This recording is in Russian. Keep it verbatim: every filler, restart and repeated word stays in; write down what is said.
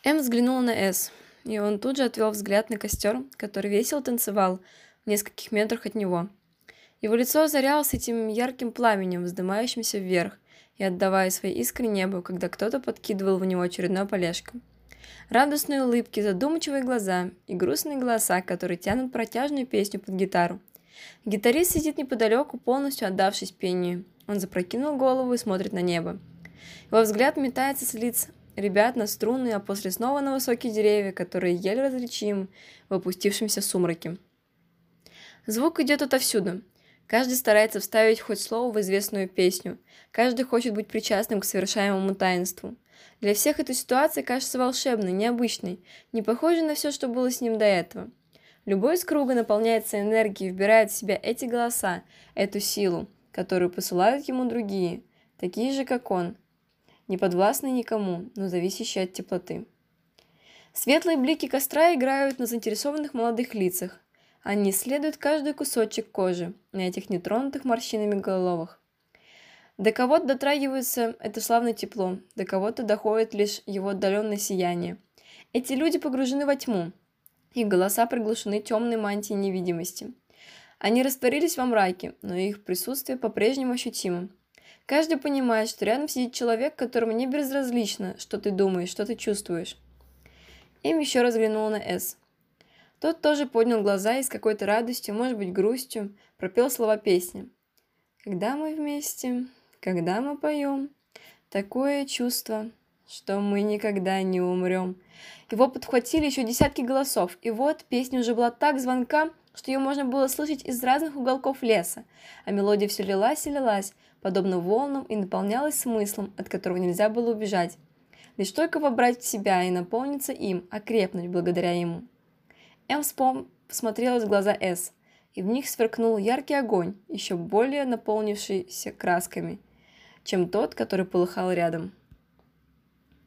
М взглянула на С, и он тут же отвел взгляд на костер, который весело танцевал в нескольких метрах от него. Его лицо озарялось этим ярким пламенем, вздымающимся вверх и отдавая свои искры небу, когда кто-то подкидывал в него очередное полежко. Радостные улыбки, задумчивые глаза и грустные голоса, которые тянут протяжную песню под гитару. Гитарист сидит неподалеку, полностью отдавшись пению. Он запрокинул голову и смотрит на небо. Его взгляд метается с лиц ребят на струны, а после снова на высокие деревья, которые еле различимы в опустившемся сумраке. Звук идет отовсюду. Каждый старается вставить хоть слово в известную песню. Каждый хочет быть причастным к совершаемому таинству. Для всех эта ситуация кажется волшебной, необычной, не похожей на все, что было с ним до этого. Любой из круга наполняется энергией, вбирает в себя эти голоса, эту силу, которую посылают ему другие, такие же, как он, не подвластные никому, но зависящие от теплоты. Светлые блики костра играют на заинтересованных молодых лицах. Они исследуют каждый кусочек кожи на этих нетронутых морщинами головах. До кого-то дотрагивается это славное тепло, до кого-то доходит лишь его отдаленное сияние. Эти люди погружены во тьму. Их голоса приглушены темной мантией невидимости. Они растворились во мраке, но их присутствие по-прежнему ощутимо. Каждый понимает, что рядом сидит человек, которому не безразлично, что ты думаешь, что ты чувствуешь. Им еще раз взглянула на С. Тот тоже поднял глаза и с какой-то радостью, может быть грустью, пропел слова песни. «Когда мы вместе, когда мы поем, такое чувство, что мы никогда не умрем». Его подхватили еще десятки голосов, и вот песня уже была так звонка, что ее можно было слышать из разных уголков леса, а мелодия все лилась и лилась, подобно волнам, и наполнялась смыслом, от которого нельзя было убежать. Лишь только вобрать в себя и наполниться им, окрепнуть благодаря ему. М вспом... всмотрелась в глаза С, и в них сверкнул яркий огонь, еще более наполнившийся красками, чем тот, который полыхал рядом.